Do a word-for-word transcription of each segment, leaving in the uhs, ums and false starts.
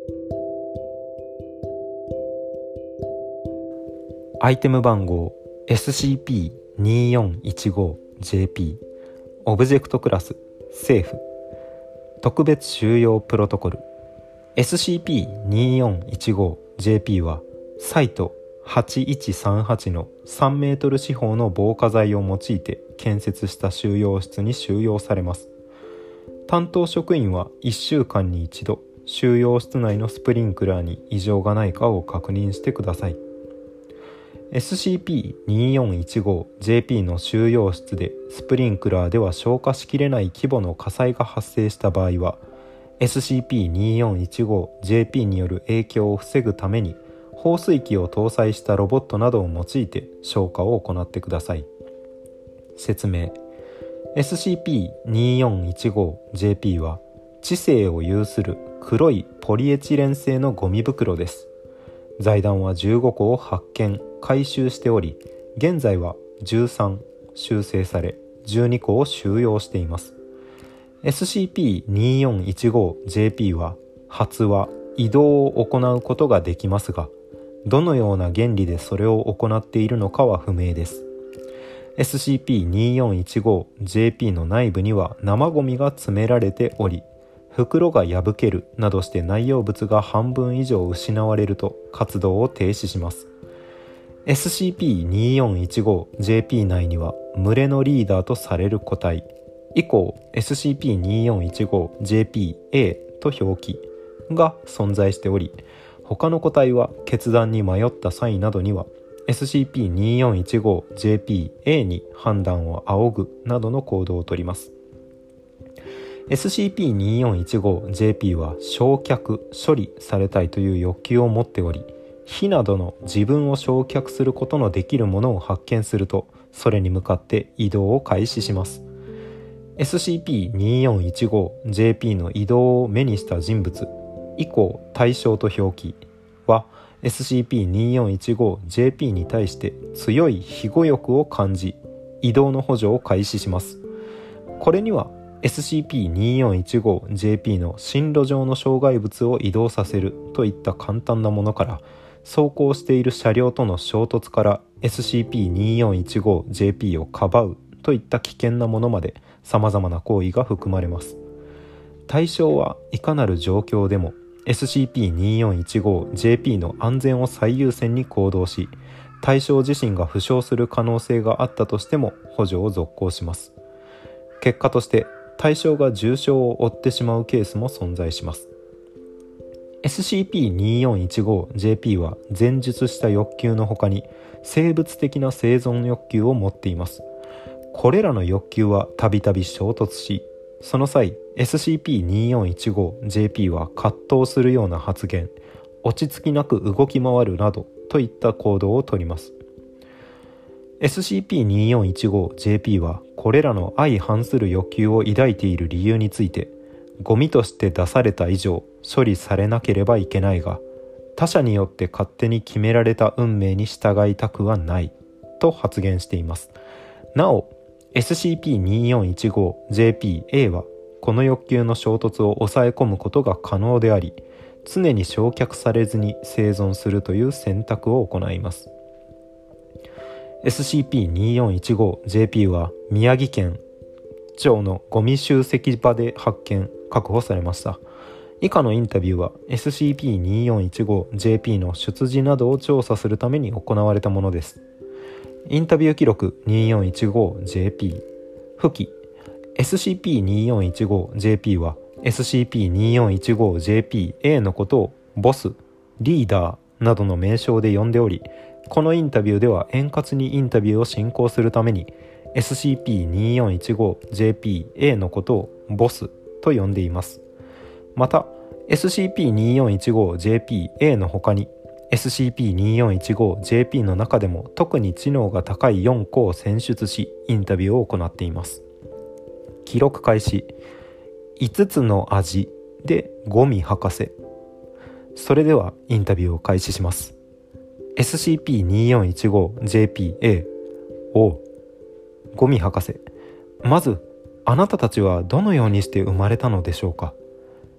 アイテム番号 エスシーピーにーよんいちごジェーピー オブジェクトクラス政府特別収容プロトコル エスシーピーにーよんいちごジェーピー はサイトはちいちさんはちのさんメートル四方の防火材を用いて建設した収容室に収容されます。担当職員はいっしゅうかんに一度収容室内のスプリンクラーに異常がないかを確認してください。エスシーピーにーよんいちごジェーピー の収容室でスプリンクラーでは消火しきれない規模の火災が発生した場合は エスシーピーにーよんいちごジェーピー による影響を防ぐために放水器を搭載したロボットなどを用いて消火を行ってください。説明 エスシーピーにーよんいちごジェーピー は知性を有する黒いポリエチレン製のゴミ袋です。財団はじゅうごこを発見回収しており、現在はじゅうさん修正されじゅうにこを収容しています。 エスシーピーにーよんいちごジェーピー は発話移動を行うことができますが、どのような原理でそれを行っているのかは不明です。 エスシーピーにーよんいちごジェーピー の内部には生ゴミが詰められており、袋が破けるなどして内容物が半分以上失われると活動を停止します。 エスシーピーにーよんいちごジェーピー 内には群れのリーダーとされる個体以降 エスシーピーにーよんいちごジェーピーエー と表記が存在しており、他の個体は決断に迷った際などには エスシーピーにーよんいちごジェーピーエー に判断を仰ぐなどの行動をとります。エスシーピーにーよんいちごジェーピー は焼却処理されたいという欲求を持っており、火などの自分を焼却することのできるものを発見するとそれに向かって移動を開始します。 エスシーピーにーよんいちごジェーピー の移動を目にした人物以降対象と表記は エスシーピーにーよんいちごジェーピー に対して強い庇護欲を感じ移動の補助を開始します。これにはエスシーピーにーよんいちごジェーピー の進路上の障害物を移動させるといった簡単なものから、走行している車両との衝突から エスシーピーにーよんいちごジェーピー をかばうといった危険なものまで様々な行為が含まれます。対象はいかなる状況でも エスシーピーにーよんいちごジェーピー の安全を最優先に行動し、対象自身が負傷する可能性があったとしても補助を続行します。結果として対象が重傷を負ってしまうケースも存在します。 エスシーピーにーよんいちごジェーピー は前述した欲求の他に生物的な生存欲求を持っています。これらの欲求はたびたび衝突し、その際 エスシーピーにーよんいちごジェーピー は葛藤するような発言、落ち着きなく動き回るなどといった行動をとります。 エスシーピーにーよんいちごジェーピー はこれらの相反する欲求を抱いている理由について、ゴミとして出された以上処理されなければいけないが、他者によって勝手に決められた運命に従いたくはないと発言しています。なお エスシーピーにーよんいちごジェーピーエー はこの欲求の衝突を抑え込むことが可能であり、常に焼却されずに生存するという選択を行います。エスシーピーにーよんいちごジェーピー は宮城県町のゴミ集積場で発見確保されました。以下のインタビューは エスシーピーにーよんいちごジェーピー の出自などを調査するために行われたものです。インタビュー記録 にーよんいちごジェーピー 付記 エスシーピーにーよんいちごジェーピー は エスシーピーにーよんいちごジェーピーエー のことをボス、リーダーなどの名称で呼んでおり、このインタビューでは円滑にインタビューを進行するために エスシーピーにーよんいちごジェーピーエー のことをボスと呼んでいます。また エスシーピーにーよんいちごジェーピーエー の他に エスシーピーにーよんいちごジェーピー の中でも特に知能が高いよんこを選出しインタビューを行っています。記録開始。いつつの味でゴミ博士。それではインタビューを開始します。 エスシーピーにーよんいちごジェーピーエー おゴミ博士、まずあなたたちはどのようにして生まれたのでしょうか。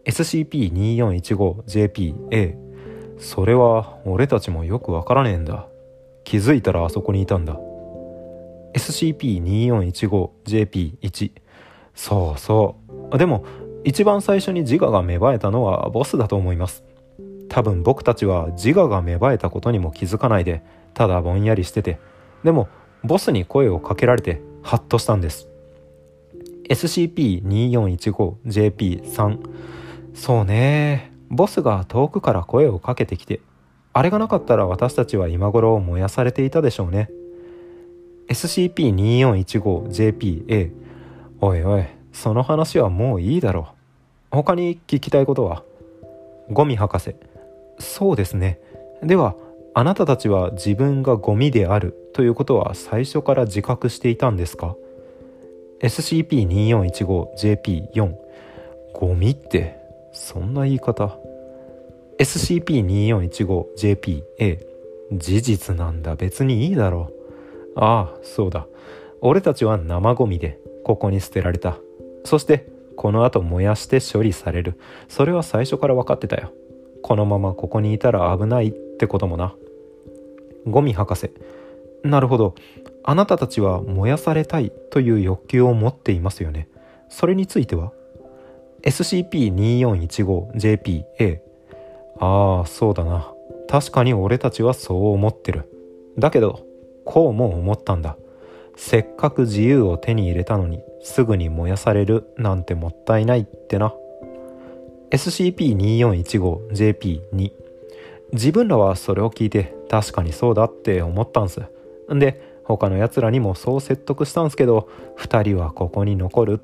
エスシーピーにーよんいちごジェーピーエー それは俺たちもよくわからねえんだ。気づいたらあそこにいたんだ。 エスシーピーにーよんいちごジェーピーワン そうそう。でも一番最初に自我が芽生えたのはボスだと思います。多分僕たちは自我が芽生えたことにも気づかないで、ただぼんやりしてて、でもボスに声をかけられてハッとしたんです。 エスシーピーにーよんいちごジェーピースリー そうね、ボスが遠くから声をかけてきて、あれがなかったら私たちは今頃燃やされていたでしょうね。 エスシーピーにーよんいちごジェーピーエー おいおい、その話はもういいだろう。他に聞きたいことは？ゴミ博士、そうですね。ではあなたたちは自分がゴミであるということは最初から自覚していたんですか？ エスシーピーにーよんいちごジェーピーフォー ゴミってそんな言い方。 エスシーピーにーよんいちごジェーピーエー 事実なんだ、別にいいだろう。ああそうだ、俺たちは生ゴミでここに捨てられた。そしてこの後燃やして処理される。それは最初から分かってたよ。このままここにいたら危ないってこともな。ゴミ博士、なるほど。あなたたちは燃やされたいという欲求を持っていますよね。それについては？ エスシーピーにーよんいちごジェーピーエー ああそうだな、確かに俺たちはそう思ってる。だけどこうも思ったんだ。せっかく自由を手に入れたのにすぐに燃やされるなんてもったいないってな。 エスシーピーにーよんいちごジェーピーツー 自分らはそれを聞いて確かにそうだって思ったんす。んで他のやつらにもそう説得したんすけど、二人はここに残るって。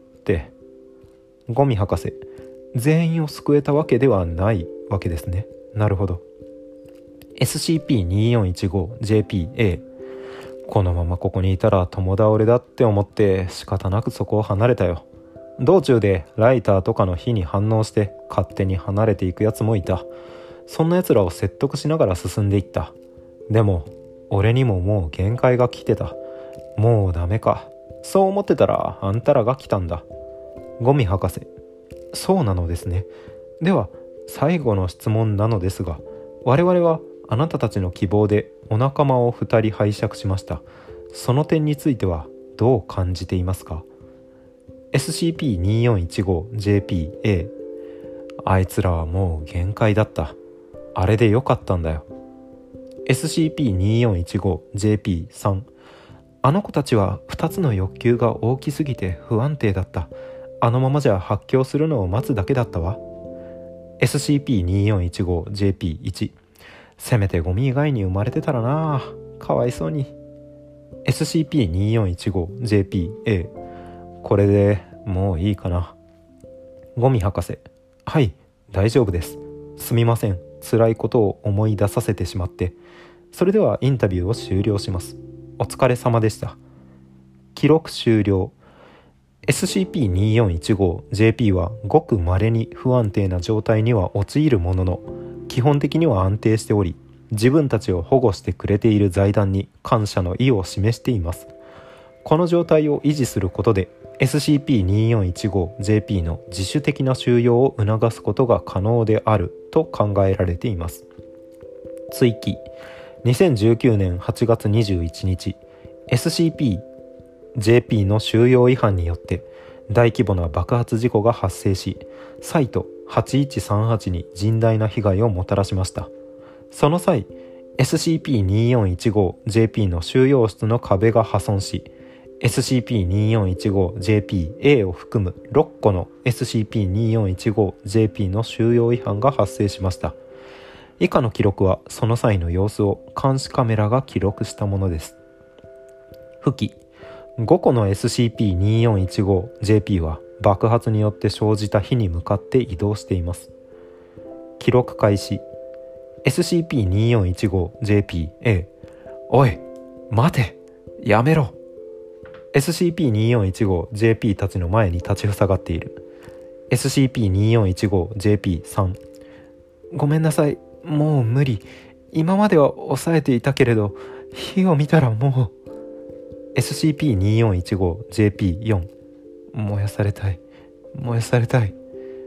ゴミ博士、全員を救えたわけではないわけですね。なるほど。 エスシーピーにーよんいちごジェーピーエー このままここにいたら共倒れだって思って仕方なくそこを離れたよ。道中でライターとかの火に反応して勝手に離れていくやつもいた。そんなやつらを説得しながら進んでいった。でも俺にももう限界が来てた。もうダメか。そう思ってたらあんたらが来たんだ。ゴミ博士、そうなのですね。では最後の質問なのですが、我々はあなたたちの希望でお仲間をふたり拝借しました。その点についてはどう感じていますか？ エスシーピーにーよんいちごジェーピーエー あいつらはもう限界だった。あれでよかったんだよ。 エスシーピーにーよんいちごジェーピースリー あの子たちはふたつの欲求が大きすぎて不安定だった。あのままじゃ発狂するのを待つだけだったわ。 エスシーピーにーよんいちごジェーピーワン せめてゴミ以外に生まれてたらな、かわいそうに。 エスシーピーにーよんいちごジェーピーエー これでもういいかな。ゴミ博士、はい、大丈夫です。すみません、辛いことを思い出させてしまって。それではインタビューを終了します。お疲れ様でした。記録終了。 エスシーピーにーよんいちごジェーピー はごく稀に不安定な状態には陥るものの、基本的には安定しており、自分たちを保護してくれている財団に感謝の意を示しています。この状態を維持することで エスシーピーにーよんいちごジェーピー の自主的な収容を促すことが可能であると考えられています。追記。にせんじゅうきゅうねんはちがつにじゅういちにち、 エスシーピージェーピー の収容違反によって大規模な爆発事故が発生し、サイトはちいちさんはちに甚大な被害をもたらしました。その際 エスシーピーにーよんいちごジェーピー の収容室の壁が破損し、 エスシーピーにーよんいちごジェーピーエー を含むろっこの エスシーピーにーよんいちごジェーピー の収容違反が発生しました。以下の記録はその際の様子を監視カメラが記録したものです。付記。ごこの エスシーピーにーよんいちごジェーピー は爆発によって生じた火に向かって移動しています。記録開始。 エスシーピーにーよんいちごジェーピーエー おい待てやめろ。 エスシーピーにーよんいちごジェーピー たちの前に立ちふさがっている エスシーピーにーよんいちごジェーピースリー ごめんなさい、もう無理。今までは抑えていたけれど火を見たらもう。 エスシーピーにーよんいちごジェーピーフォー 燃やされたい燃やされたい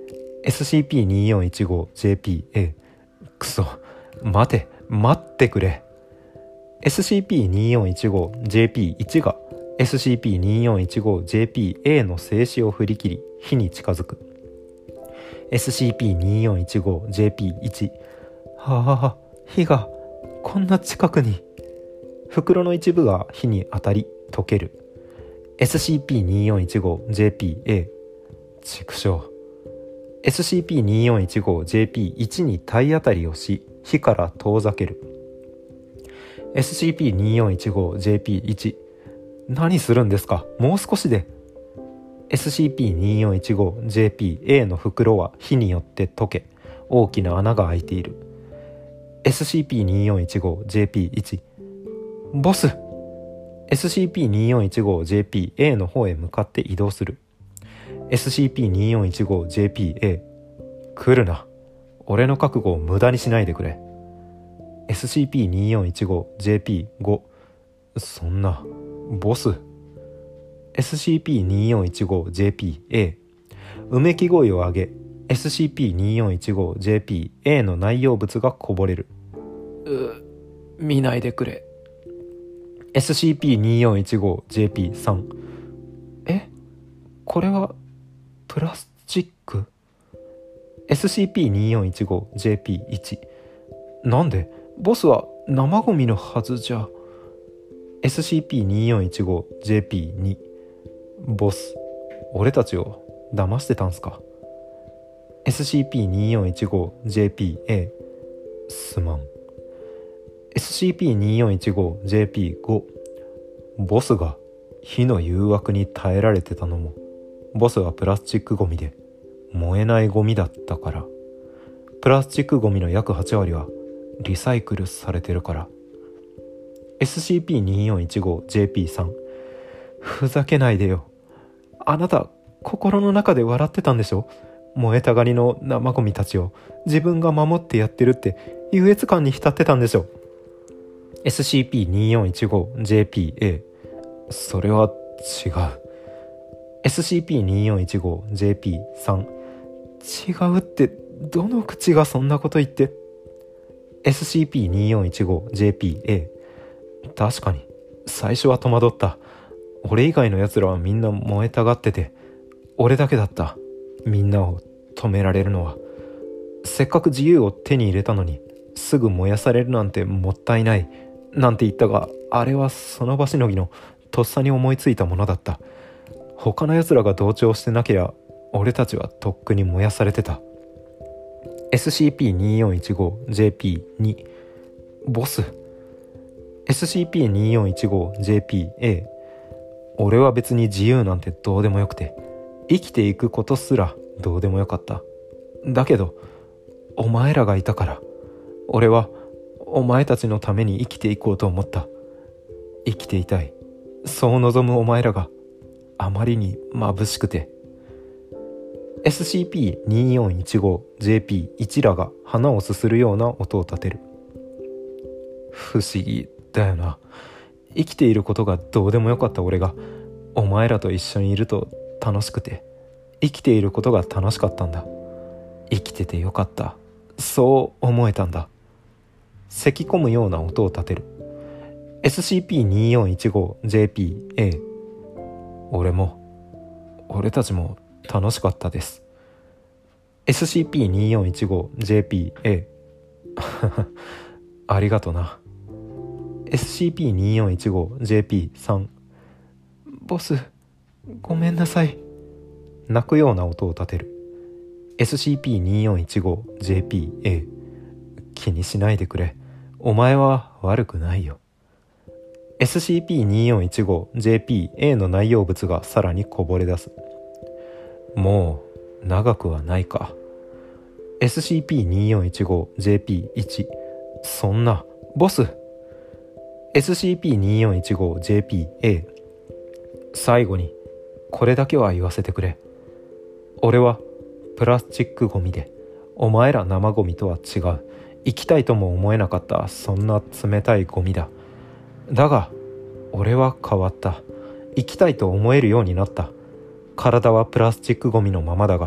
エスシーピーにーよんいちごジェーピーエー くそ、待て待ってくれ。 エスシーピーにーよんいちごジェーピーワン が エスシーピーにーよんいちごジェーピーエー の静止を振り切り火に近づく。 エスシーピーにーよんいちごジェーピーワン はあ、火がこんな近くに。袋の一部が火に当たり溶ける。 エスシーピーにーよんいちごジェーピーエー 畜生。 エスシーピーにーよんいちごジェーピーワン に体当たりをし火から遠ざける。 エスシーピーにーよんいちごジェーピーワン 何するんですか、もう少しで。 エスシーピーにーよんいちごジェーピーエー の袋は火によって溶け大きな穴が開いている。 エスシーピーにーよんいちごジェーピーワン ボス。 エスシーピーにーよんいちごジェーピーエー の方へ向かって移動する。 エスシーピーにーよんいちごジェーピーエー 来るな、俺の覚悟を無駄にしないでくれ。 エスシーピーにーよんいちごジェーピーファイブ そんな、ボス。 エスシーピーにーよんいちごジェーピーエー うめき声を上げ エスシーピーにーよんいちごジェーピーエー の内容物がこぼれる。う、見ないでくれ。 エスシーピーにーよんいちごジェーピースリー え、これはプラスチック。 エスシーピーにーよんいちごジェーピーワン なんで、ボスは生ゴミのはずじゃ。 エスシーピーにーよんいちごジェーピーツー ボス、俺たちを騙してたんすか。 エスシーピーにーよんいちごジェーピーエー すまん。 エスシーピーにーよんいちごジェーピーファイブ ボスが火の誘惑に耐えられてたのもボスはプラスチックゴミで燃えないゴミだったから。プラスチックゴミの約はち割はリサイクルされてるから。 エスシーピーにーよんいちごジェーピースリー ふざけないでよ。あなた心の中で笑ってたんでしょ。燃えたがりの生ゴミたちを自分が守ってやってるって優越感に浸ってたんでしょ。 エスシーピーにーよんいちごジェーピーエー それは違う。 エスシーピーにーよんいちごジェーピースリー 違うって、どの口がそんなこと言って。 エスシーピーにーよんいちごジェーピーエー 確かに最初は戸惑った。俺以外の奴らはみんな燃えたがってて俺だけだった。みんなを止められるのは。せっかく自由を手に入れたのにすぐ燃やされるなんてもったいないなんて言ったが、あれはその場しのぎのとっさに思いついたものだった。他の奴らが同調してなけりゃ俺たちはとっくに燃やされてた。 エスシーピーにーよんいちごジェーピーツー ボス。 エスシーピーにーよんいちごジェーピーエー 俺は別に自由なんてどうでもよくて生きていくことすらどうでもよかった。だけどお前らがいたから俺はお前たちのために生きていこうと思った。生きていたい、そう望むお前らがあまりに眩しくて。 エスシーピーにーよんいちごジェーピーワン らが鼻をすするような音を立てる。不思議だよな。生きていることがどうでもよかった俺がお前らと一緒にいると楽しくて、生きていることが楽しかったんだ。生きててよかった、そう思えたんだ。咳き込むような音を立てる。 エスシーピーにーよんいちごジェーピーエー 俺も俺たちも楽しかったです。 エスシーピーにーよんいちごジェーピーエー ありがとな。 エスシーピーにーよんいちごジェーピースリー ボスごめんなさい。泣くような音を立てる。 エスシーピーにーよんいちごジェーピーエー 気にしないでくれ、お前は悪くないよ。 エスシーピーにーよんいちごジェーピーエー の内容物がさらにこぼれ出す。もう長くはないか。 エスシーピーにーよんいちごジェーピーワン そんな、ボス。 エスシーピーにーよんいちごジェーピーエー 最後にこれだけは言わせてくれ。俺はプラスチックゴミでお前ら生ゴミとは違う、生きたいとも思えなかったそんな冷たいゴミだ。だが俺は変わった。生きたいと思えるようになった。体はプラスチックゴミのままだが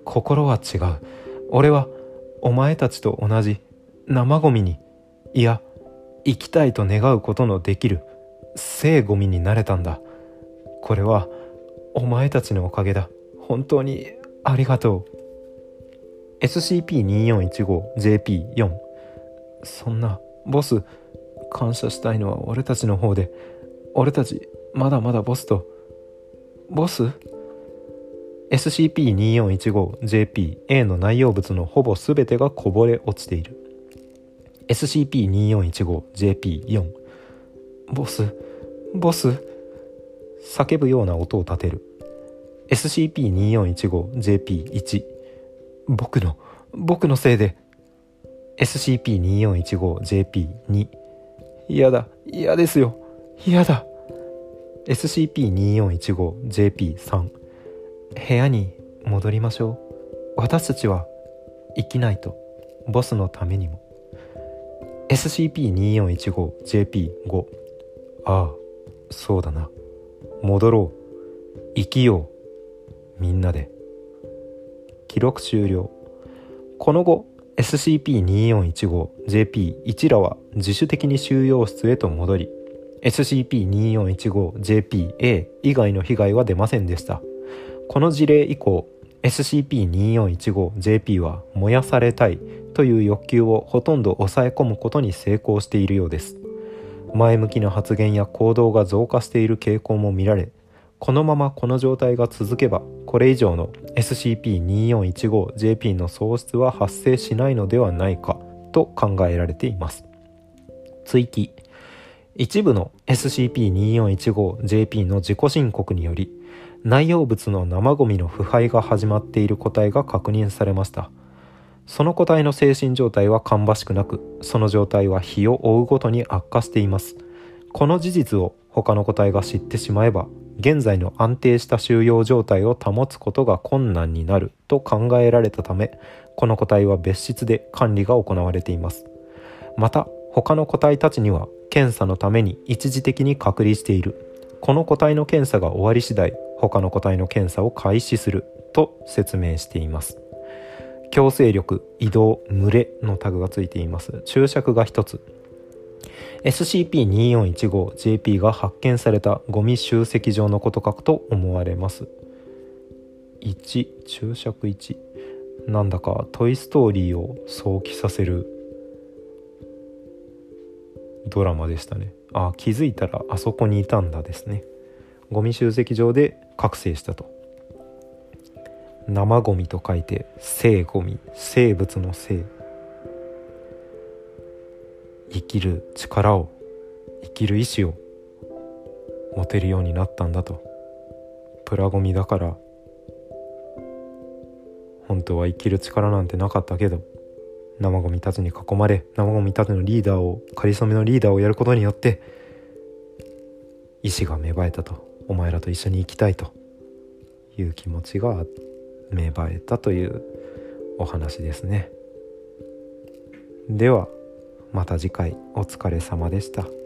心は違う。俺はお前たちと同じ生ゴミに、いや生きたいと願うことのできる生ゴミになれたんだ。これはお前たちのおかげだ。本当にありがとう。 エスシーピーにーよんいちごジェーピーよん。 そんなボス、感謝したいのは俺たちの方で、俺たちまだまだボスと。ボス？ エスシーピーにーよんいちごジェーピーエー の内容物のほぼ全てがこぼれ落ちている。 エスシーピーにーよんいちごジェーピーよん。 ボスボス、叫ぶような音を立てる。 エスシーピーにーよんいちごジェーピーいち。 僕の僕のせいで。 エスシーピーにーよんいちごジェーピーに。 嫌だ、嫌ですよ、嫌だ。 エスシーピーにーよんいちごジェーピーさん。 部屋に戻りましょう。私たちは生きないと、ボスのためにも。 エスシーピーにーよんいちごジェーピーご。 ああ、そうだな、戻ろう、生きよう、みんなで。記録終了。この後 エスシーピーにーよんいちごジェーピーいち らは自主的に収容室へと戻り、 エスシーピーにーよんいちごジェーピーエー 以外の被害は出ませんでした。この事例以降 エスシーピーにーよんいちごジェーピー は燃やされたいという欲求をほとんど抑え込むことに成功しているようです。前向きな発言や行動が増加している傾向も見られ、このままこの状態が続けばこれ以上の エスシーピーにーよんいちごジェーピー の喪失は発生しないのではないかと考えられています。追記。一部の エスシーピーにーよんいちごジェーピー の自己申告により内容物の生ゴミの腐敗が始まっている個体が確認されました。その個体の精神状態は芳しくなく、その状態は日を追うごとに悪化しています。この事実を他の個体が知ってしまえば、現在の安定した収容状態を保つことが困難になると考えられたため、この個体は別室で管理が行われています。また、他の個体たちには検査のために一時的に隔離している。この個体の検査が終わり次第、他の個体の検査を開始すると説明しています。強制力、移動、群れのタグがついています。注釈がひとつ。エスシーピーにーよんいちごジェーピー が発見されたゴミ集積場のことかと思われます。いち、注釈いち。なんだかトイストーリーを想起させるドラマでしたね。あ、気づいたらあそこにいたんだですね。ゴミ集積場で覚醒したと。生ゴミと書いて生ゴミ、生物の生。生きる力を、生きる意志を持てるようになったんだと。プラゴミだから本当は生きる力なんてなかったけど、生ゴミたちに囲まれ、生ゴミたちのリーダーを、かりそめのリーダーをやることによって意志が芽生えたと。お前らと一緒に生きたいという気持ちが芽生えたというお話ですね。ではまた次回、お疲れ様でした。